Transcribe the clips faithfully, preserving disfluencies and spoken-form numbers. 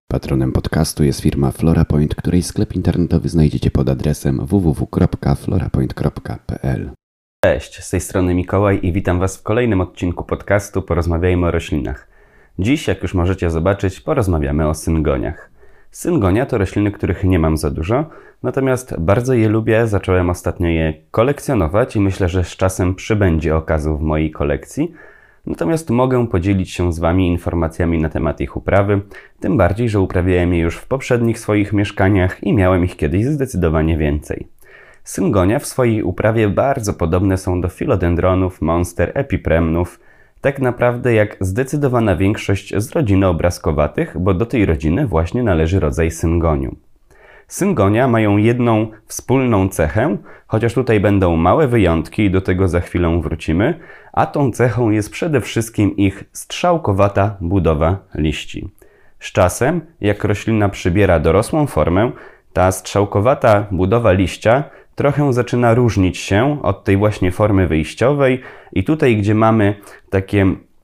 Patronem podcastu jest firma FloraPoint, której sklep internetowy znajdziecie pod adresem w w w kropka florapoint kropka p l. Cześć, z tej strony Mikołaj i witam Was w kolejnym odcinku podcastu Porozmawiajmy o roślinach. Dziś, jak już możecie zobaczyć, porozmawiamy o syngoniach. Syngonia to rośliny, których nie mam za dużo, natomiast bardzo je lubię, zacząłem ostatnio je kolekcjonować i myślę, że z czasem przybędzie okazów w mojej kolekcji. Natomiast mogę podzielić się z Wami informacjami na temat ich uprawy, tym bardziej, że uprawiałem je już w poprzednich swoich mieszkaniach i miałem ich kiedyś zdecydowanie więcej. Syngonia w swojej uprawie bardzo podobne są do filodendronów, monster, epipremnów, tak naprawdę jak zdecydowana większość z rodziny obrazkowatych, bo do tej rodziny właśnie należy rodzaj syngonium. Syngonia mają jedną wspólną cechę, chociaż tutaj będą małe wyjątki i do tego za chwilę wrócimy, a tą cechą jest przede wszystkim ich strzałkowata budowa liści. Z czasem, jak roślina przybiera dorosłą formę, ta strzałkowata budowa liścia trochę zaczyna różnić się od tej właśnie formy wyjściowej i tutaj, gdzie mamy takie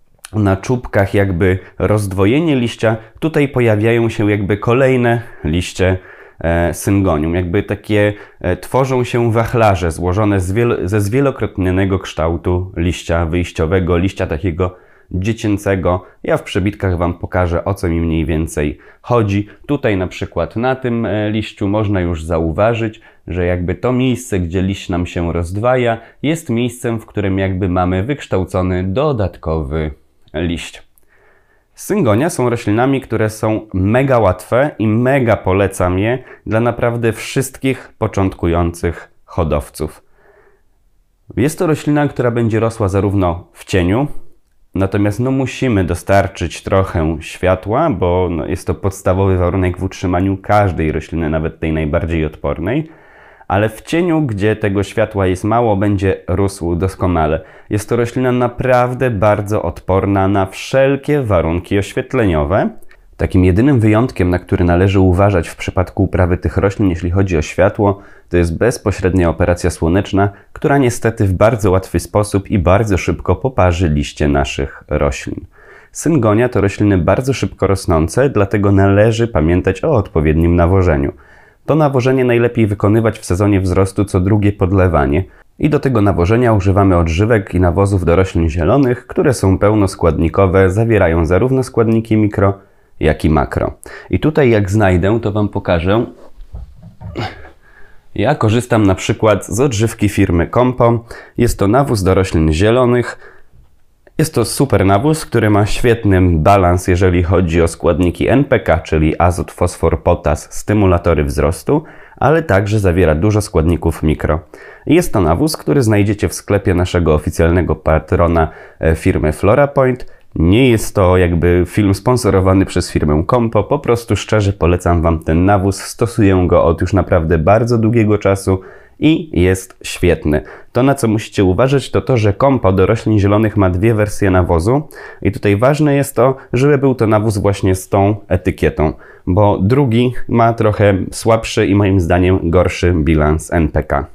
na czubkach jakby rozdwojenie liścia, tutaj pojawiają się jakby kolejne liście e, syngonium. Jakby takie e, tworzą się wachlarze złożone z wiel ze zwielokrotnionego kształtu liścia wyjściowego, liścia takiego dziecięcego. Ja w przebitkach Wam pokażę, o co mi mniej więcej chodzi. Tutaj na przykład na tym liściu można już zauważyć, że jakby to miejsce, gdzie liść nam się rozdwaja, jest miejscem, w którym jakby mamy wykształcony dodatkowy liść. Syngonia są roślinami, które są mega łatwe i mega polecam je dla naprawdę wszystkich początkujących hodowców. Jest to roślina, która będzie rosła zarówno w cieniu, natomiast no, musimy dostarczyć trochę światła, bo no, jest to podstawowy warunek w utrzymaniu każdej rośliny, nawet tej najbardziej odpornej. Ale w cieniu, gdzie tego światła jest mało, będzie rósł doskonale. Jest to roślina naprawdę bardzo odporna na wszelkie warunki oświetleniowe. Takim jedynym wyjątkiem, na który należy uważać w przypadku uprawy tych roślin, jeśli chodzi o światło, to jest bezpośrednia operacja słoneczna, która niestety w bardzo łatwy sposób i bardzo szybko poparzy liście naszych roślin. Syngonia to rośliny bardzo szybko rosnące, dlatego należy pamiętać o odpowiednim nawożeniu. To nawożenie najlepiej wykonywać w sezonie wzrostu co drugie podlewanie. I do tego nawożenia używamy odżywek i nawozów do roślin zielonych, które są pełnoskładnikowe, zawierają zarówno składniki mikro, jak i makro. I tutaj jak znajdę, to Wam pokażę. Ja korzystam na przykład z odżywki firmy Compo. Jest to nawóz do roślin zielonych. Jest to super nawóz, który ma świetny balans, jeżeli chodzi o składniki N P K, czyli azot, fosfor, potas, stymulatory wzrostu, ale także zawiera dużo składników mikro. Jest to nawóz, który znajdziecie w sklepie naszego oficjalnego patrona firmy FloraPoint. Nie jest to jakby film sponsorowany przez firmę Compo, po prostu szczerze polecam Wam ten nawóz, stosuję go od już naprawdę bardzo długiego czasu i jest świetny. To, na co musicie uważać, to to, że Compo do roślin zielonych ma dwie wersje nawozu i tutaj ważne jest to, żeby był to nawóz właśnie z tą etykietą, bo drugi ma trochę słabszy i moim zdaniem gorszy bilans N P K.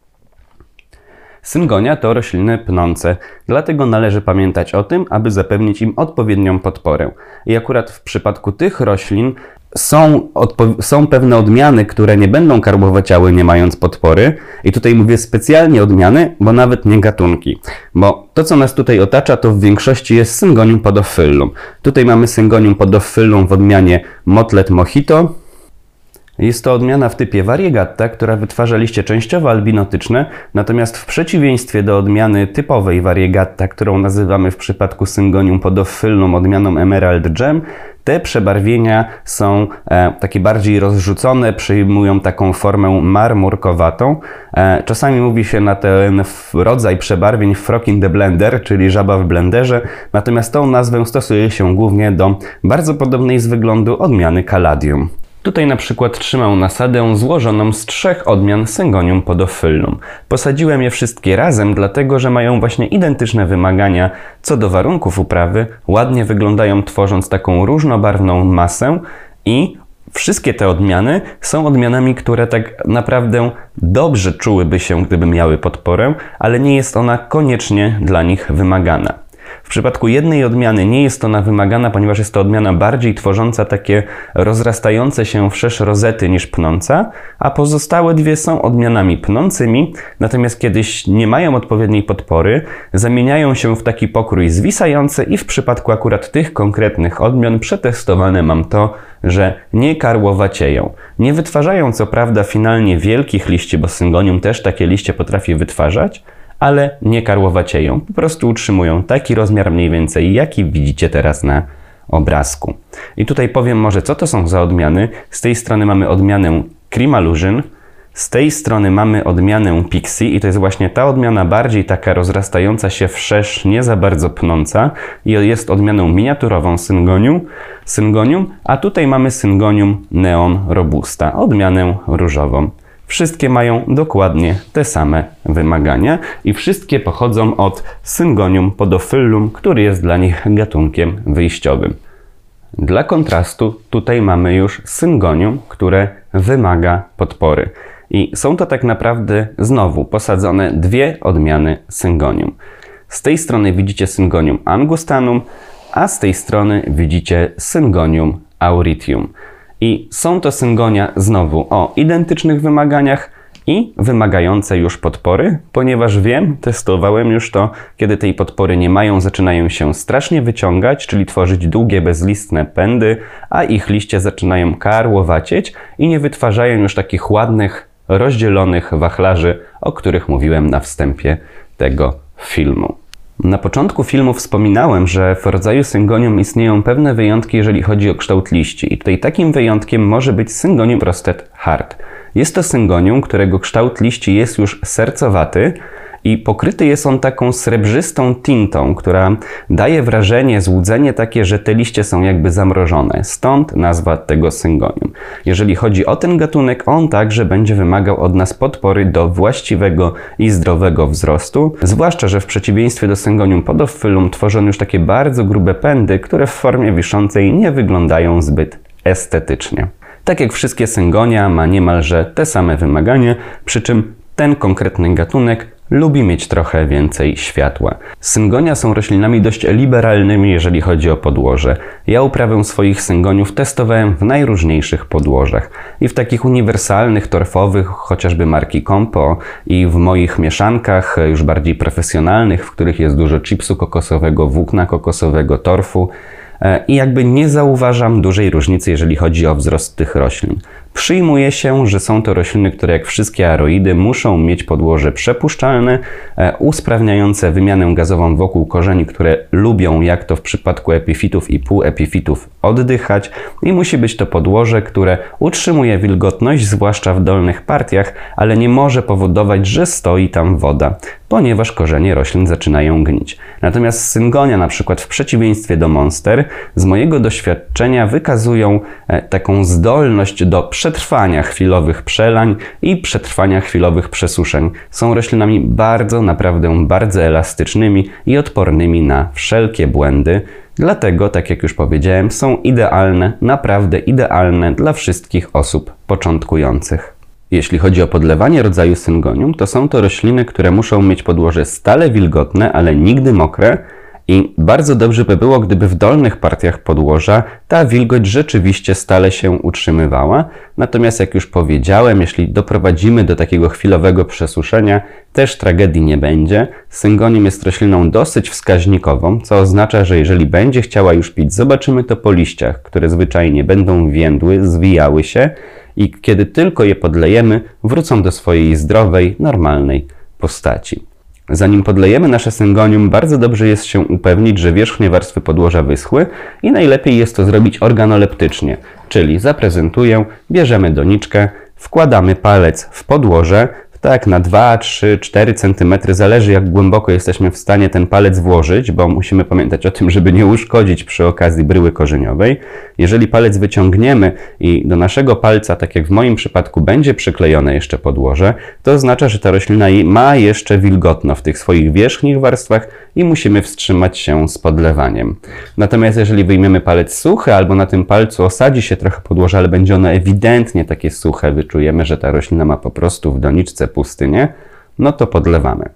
Syngonia to rośliny pnące, dlatego należy pamiętać o tym, aby zapewnić im odpowiednią podporę. I akurat w przypadku tych roślin są, są pewne odmiany, które nie będą karbowaciały nie mając podpory. I tutaj mówię specjalnie odmiany, bo nawet nie gatunki. Bo to, co nas tutaj otacza, to w większości jest Syngonium podophyllum. Tutaj mamy Syngonium podophyllum w odmianie Motlet Mojito. Jest to odmiana w typie Variegata, która wytwarza liście częściowo albinotyczne, natomiast w przeciwieństwie do odmiany typowej Variegata, którą nazywamy w przypadku Syngonium podophyllum odmianą Emerald Gem, te przebarwienia są e, takie bardziej rozrzucone, przyjmują taką formę marmurkowatą. E, czasami mówi się na ten rodzaj przebarwień frog in the blender, czyli żaba w blenderze, natomiast tą nazwę stosuje się głównie do bardzo podobnej z wyglądu odmiany Caladium. Tutaj na przykład trzymam nasadę złożoną z trzech odmian Syngonium podophyllum. Posadziłem je wszystkie razem, dlatego że mają właśnie identyczne wymagania co do warunków uprawy, ładnie wyglądają, tworząc taką różnobarwną masę i wszystkie te odmiany są odmianami, które tak naprawdę dobrze czułyby się, gdyby miały podporę, ale nie jest ona koniecznie dla nich wymagana. W przypadku jednej odmiany nie jest ona wymagana, ponieważ jest to odmiana bardziej tworząca takie rozrastające się wszerz rozety niż pnąca, a pozostałe dwie są odmianami pnącymi, natomiast kiedyś nie mają odpowiedniej podpory, zamieniają się w taki pokrój zwisający i w przypadku akurat tych konkretnych odmian przetestowane mam to, że nie karłowacieją. Nie wytwarzają co prawda finalnie wielkich liści, bo syngonium też takie liście potrafi wytwarzać, ale nie karłowacieją. Po prostu utrzymują taki rozmiar mniej więcej, jaki widzicie teraz na obrazku. I tutaj powiem może, co to są za odmiany. Z tej strony mamy odmianę Crimallusion, z tej strony mamy odmianę Pixie i to jest właśnie ta odmiana bardziej taka rozrastająca się wszerz, nie za bardzo pnąca i jest odmianą miniaturową syngonium, syngonium, a tutaj mamy syngonium Neon Robusta, odmianę różową. Wszystkie mają dokładnie te same wymagania i wszystkie pochodzą od Syngonium podophyllum, który jest dla nich gatunkiem wyjściowym. Dla kontrastu tutaj mamy już Syngonium, które wymaga podpory. I są to tak naprawdę znowu posadzone dwie odmiany Syngonium. Z tej strony widzicie Syngonium angustanum, a z tej strony widzicie Syngonium auritium. I są to syngonia znowu o identycznych wymaganiach i wymagające już podpory, ponieważ wiem, testowałem już to, kiedy tej podpory nie mają, zaczynają się strasznie wyciągać, czyli tworzyć długie, bezlistne pędy, a ich liście zaczynają karłowacieć i nie wytwarzają już takich ładnych, rozdzielonych wachlarzy, o których mówiłem na wstępie tego filmu. Na początku filmu wspominałem, że w rodzaju syngonium istnieją pewne wyjątki, jeżeli chodzi o kształt liści. I tutaj takim wyjątkiem może być Syngonium prostet hart. Jest to syngonium, którego kształt liści jest już sercowaty i pokryty jest on taką srebrzystą tintą, która daje wrażenie, złudzenie takie, że te liście są jakby zamrożone. Stąd nazwa tego syngonium. Jeżeli chodzi o ten gatunek, on także będzie wymagał od nas podpory do właściwego i zdrowego wzrostu. Zwłaszcza, że w przeciwieństwie do Syngonium podophyllum tworzą już takie bardzo grube pędy, które w formie wiszącej nie wyglądają zbyt estetycznie. Tak jak wszystkie syngonia ma niemalże te same wymagania, przy czym ten konkretny gatunek lubi mieć trochę więcej światła. Syngonia są roślinami dość liberalnymi, jeżeli chodzi o podłoże. Ja uprawę swoich syngoniów testowałem w najróżniejszych podłożach. I w takich uniwersalnych, torfowych, chociażby marki Compo, i w moich mieszankach już bardziej profesjonalnych, w których jest dużo chipsu kokosowego, włókna kokosowego, torfu. I jakby nie zauważam dużej różnicy, jeżeli chodzi o wzrost tych roślin. Przyjmuje się, że są to rośliny, które jak wszystkie aroidy muszą mieć podłoże przepuszczalne, e, usprawniające wymianę gazową wokół korzeni, które lubią, jak to w przypadku epifitów i półepifitów, oddychać i musi być to podłoże, które utrzymuje wilgotność, zwłaszcza w dolnych partiach, ale nie może powodować, że stoi tam woda, ponieważ korzenie roślin zaczynają gnić. Natomiast syngonia, na przykład w przeciwieństwie do monster, z mojego doświadczenia wykazują e, taką zdolność do przetrwania chwilowych przelań i przetrwania chwilowych przesuszeń. Są roślinami bardzo, naprawdę bardzo elastycznymi i odpornymi na wszelkie błędy. Dlatego, tak jak już powiedziałem, są idealne, naprawdę idealne dla wszystkich osób początkujących. Jeśli chodzi o podlewanie rodzaju syngonium, to są to rośliny, które muszą mieć podłoże stale wilgotne, ale nigdy mokre. I bardzo dobrze by było, gdyby w dolnych partiach podłoża ta wilgoć rzeczywiście stale się utrzymywała. Natomiast jak już powiedziałem, jeśli doprowadzimy do takiego chwilowego przesuszenia, też tragedii nie będzie. Syngonium jest rośliną dosyć wskaźnikową, co oznacza, że jeżeli będzie chciała już pić, zobaczymy to po liściach, które zwyczajnie będą więdły, zwijały się i kiedy tylko je podlejemy, wrócą do swojej zdrowej, normalnej postaci. Zanim podlejemy nasze syngonium, bardzo dobrze jest się upewnić, że wierzchnie warstwy podłoża wyschły i najlepiej jest to zrobić organoleptycznie, czyli zaprezentuję, bierzemy doniczkę, wkładamy palec w podłoże, tak na dwa, trzy, cztery centymetry, zależy jak głęboko jesteśmy w stanie ten palec włożyć, bo musimy pamiętać o tym, żeby nie uszkodzić przy okazji bryły korzeniowej. Jeżeli palec wyciągniemy i do naszego palca, tak jak w moim przypadku, będzie przyklejone jeszcze podłoże, to oznacza, że ta roślina ma jeszcze wilgotno w tych swoich wierzchnich warstwach i musimy wstrzymać się z podlewaniem. Natomiast jeżeli wyjmiemy palec suchy, albo na tym palcu osadzi się trochę podłoże, ale będzie ono ewidentnie takie suche, wyczujemy, że ta roślina ma po prostu w doniczce pustynię, no to podlewamy.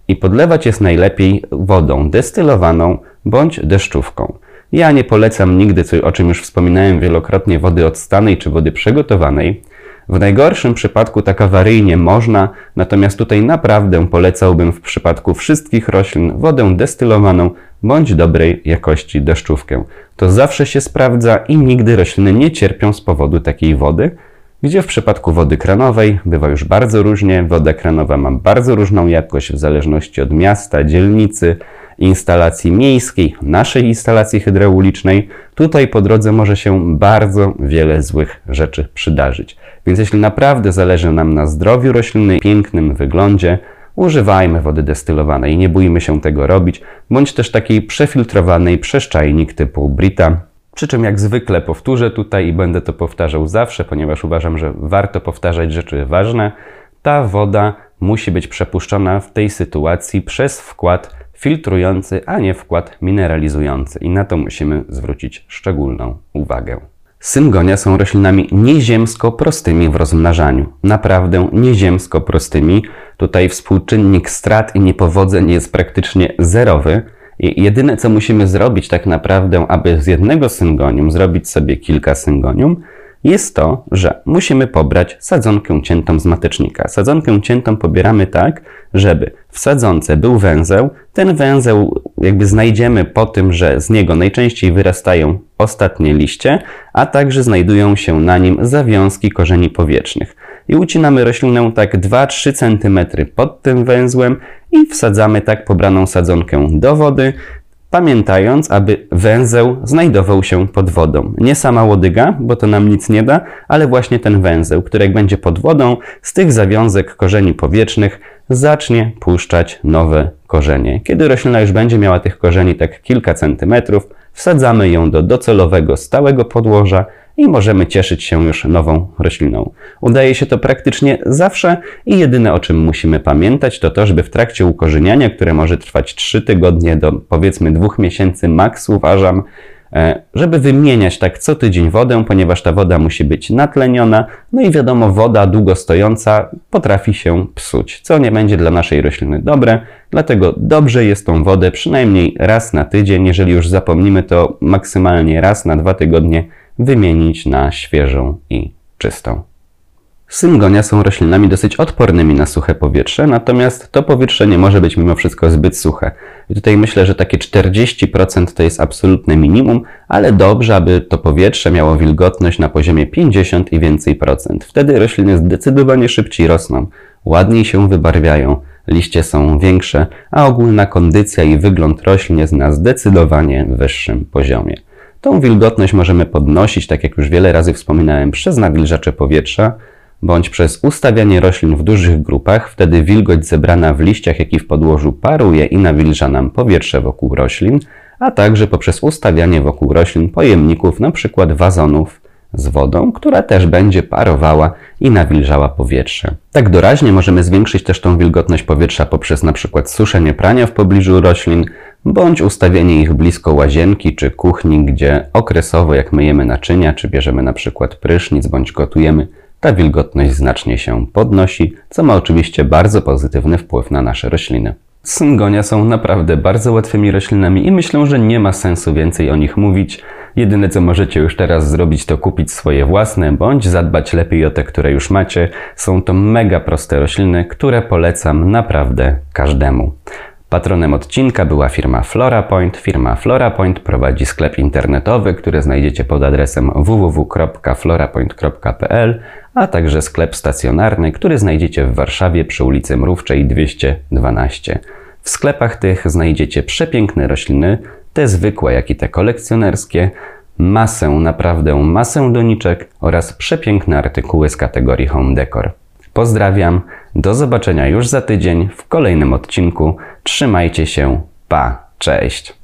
i podlewać jest najlepiej wodą destylowaną bądź deszczówką. Ja nie polecam nigdy, o czym już wspominałem wielokrotnie, wody odstanej czy wody przygotowanej. W najgorszym przypadku tak awaryjnie można, natomiast tutaj naprawdę polecałbym w przypadku wszystkich roślin wodę destylowaną bądź dobrej jakości deszczówkę. To zawsze się sprawdza i nigdy rośliny nie cierpią z powodu takiej wody, gdzie w przypadku wody kranowej bywa już bardzo różnie. Woda kranowa ma bardzo różną jakość w zależności od miasta, dzielnicy, instalacji miejskiej, naszej instalacji hydraulicznej. Tutaj po drodze może się bardzo wiele złych rzeczy przydarzyć. Więc jeśli naprawdę zależy nam na zdrowiu rośliny i pięknym wyglądzie, używajmy wody destylowanej, nie bójmy się tego robić, bądź też takiej przefiltrowanej przez czajnik typu Brita. Przy czym jak zwykle powtórzę tutaj i będę to powtarzał zawsze, ponieważ uważam, że warto powtarzać rzeczy ważne, ta woda musi być przepuszczona w tej sytuacji przez wkład filtrujący, a nie wkład mineralizujący i na to musimy zwrócić szczególną uwagę. Syngonia są roślinami nieziemsko prostymi w rozmnażaniu. Naprawdę nieziemsko prostymi. Tutaj współczynnik strat i niepowodzeń jest praktycznie zerowy. I jedyne, co musimy zrobić tak naprawdę, aby z jednego syngonium zrobić sobie kilka syngonium, jest to, że musimy pobrać sadzonkę ciętą z matecznika. Sadzonkę ciętą pobieramy tak, żeby w sadzonce był węzeł. Ten węzeł jakby znajdziemy po tym, że z niego najczęściej wyrastają ostatnie liście, a także znajdują się na nim zawiązki korzeni powietrznych. I ucinamy roślinę tak dwa do trzech centymetrów pod tym węzłem i wsadzamy tak pobraną sadzonkę do wody, pamiętając, aby węzeł znajdował się pod wodą. Nie sama łodyga, bo to nam nic nie da, ale właśnie ten węzeł, który jak będzie pod wodą, z tych zawiązek korzeni powietrznych zacznie puszczać nowe korzenie. Kiedy roślina już będzie miała tych korzeni tak kilka centymetrów, wsadzamy ją do docelowego stałego podłoża i możemy cieszyć się już nową rośliną. Udaje się to praktycznie zawsze i jedyne, o czym musimy pamiętać, to to, żeby w trakcie ukorzeniania, które może trwać trzy tygodnie do powiedzmy dwóch miesięcy maks, uważam, żeby wymieniać tak co tydzień wodę, ponieważ ta woda musi być natleniona, no i wiadomo, woda długo stojąca potrafi się psuć, co nie będzie dla naszej rośliny dobre, dlatego dobrze jest tą wodę przynajmniej raz na tydzień, jeżeli już zapomnimy, to maksymalnie raz na dwa tygodnie wymienić na świeżą i czystą. Syngonia są roślinami dosyć odpornymi na suche powietrze, natomiast to powietrze nie może być mimo wszystko zbyt suche. I tutaj myślę, że takie czterdzieści procent to jest absolutne minimum, ale dobrze, aby to powietrze miało wilgotność na poziomie pięćdziesiąt i więcej procent. Wtedy rośliny zdecydowanie szybciej rosną, ładniej się wybarwiają, liście są większe, a ogólna kondycja i wygląd roślin jest na zdecydowanie wyższym poziomie. Tą wilgotność możemy podnosić, tak jak już wiele razy wspominałem, przez nawilżacze powietrza, bądź przez ustawianie roślin w dużych grupach. Wtedy wilgoć zebrana w liściach, jak i w podłożu paruje i nawilża nam powietrze wokół roślin, a także poprzez ustawianie wokół roślin pojemników, np. wazonów z wodą, która też będzie parowała i nawilżała powietrze. Tak doraźnie możemy zwiększyć też tą wilgotność powietrza poprzez np. suszenie prania w pobliżu roślin, bądź ustawienie ich blisko łazienki czy kuchni, gdzie okresowo jak myjemy naczynia, czy bierzemy np. prysznic, bądź gotujemy, ta wilgotność znacznie się podnosi, co ma oczywiście bardzo pozytywny wpływ na nasze rośliny. Syngonia są naprawdę bardzo łatwymi roślinami i myślę, że nie ma sensu więcej o nich mówić. Jedyne, co możecie już teraz zrobić, to kupić swoje własne, bądź zadbać lepiej o te, które już macie. Są to mega proste rośliny, które polecam naprawdę każdemu. Patronem odcinka była firma FloraPoint. Firma FloraPoint prowadzi sklep internetowy, który znajdziecie pod adresem w w w kropka florapoint kropka p l, a także sklep stacjonarny, który znajdziecie w Warszawie przy ulicy Mrówczej dwieście dwanaście. W sklepach tych znajdziecie przepiękne rośliny, te zwykłe, jak i te kolekcjonerskie, masę, naprawdę masę doniczek oraz przepiękne artykuły z kategorii Home Decor. Pozdrawiam, do zobaczenia już za tydzień w kolejnym odcinku. Trzymajcie się, pa, cześć!